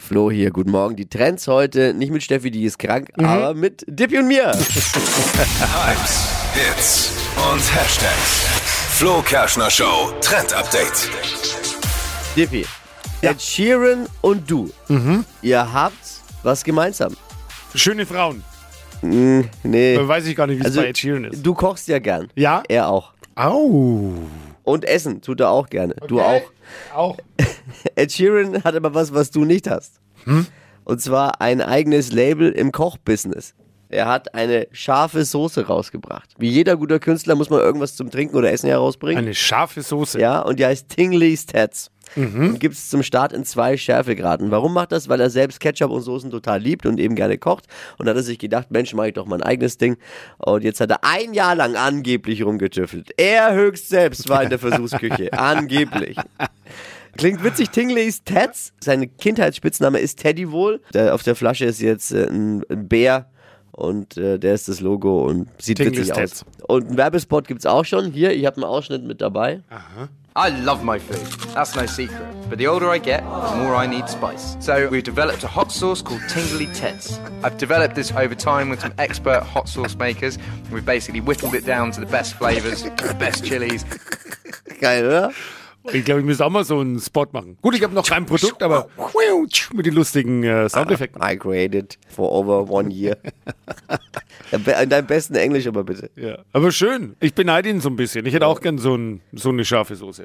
Flo hier, guten Morgen. Die Trends heute, nicht mit Steffi, die ist krank, aber mit Dippy und mir. Hypes, Hits und Hashtags. Flo Kerschner Show Trend Update. Dippy, Ed Sheeran und du, ihr habt was gemeinsam. Schöne Frauen. Nee. Weiß ich gar nicht, wie es bei Ed Sheeran ist. Du kochst ja gern. Ja? Er auch. Au. Und essen tut er auch gerne. Du auch. Auch. Ed Sheeran hat aber was du nicht hast. Und zwar ein eigenes Label im Kochbusiness. Er hat eine scharfe Soße rausgebracht. Wie jeder guter Künstler muss man irgendwas zum Trinken oder Essen herausbringen. Eine scharfe Soße. Ja, und die heißt Tingley's Tats. Und gibt es zum Start in 2 Schärfegraden. Warum macht das? Weil er selbst Ketchup und Soßen total liebt und eben gerne kocht. Und hat er sich gedacht, Mensch, mach ich doch mein eigenes Ding. Und jetzt hat er 1 Jahr lang angeblich rumgetüffelt. Er höchst selbst war in der Versuchsküche. Angeblich. Klingt witzig, Tingley's Tats. Sein Kindheitsspitzname ist Teddy wohl. Auf der Flasche ist jetzt ein Bär. Und der ist das Logo und sieht Tingley's witzig aus. Tats. Und einen Werbespot gibt's auch schon. Hier, ich habe einen Ausschnitt mit dabei. I love my food, that's no secret. But the older I get, the more I need spice. So we've developed a hot sauce called Tingly Tets. I've developed this over time with some expert hot sauce makers. We've basically whittled it down to the best flavors, the best chilies. Geil, oder? Ich glaube, ich müsste auch mal so einen Spot machen. Gut, ich habe noch kein Produkt, aber mit den lustigen Soundeffekten. I created for over 1 year. In deinem besten Englisch aber bitte. Ja. Aber schön. Ich beneide ihn so ein bisschen. Ich hätte auch gern so eine scharfe Soße.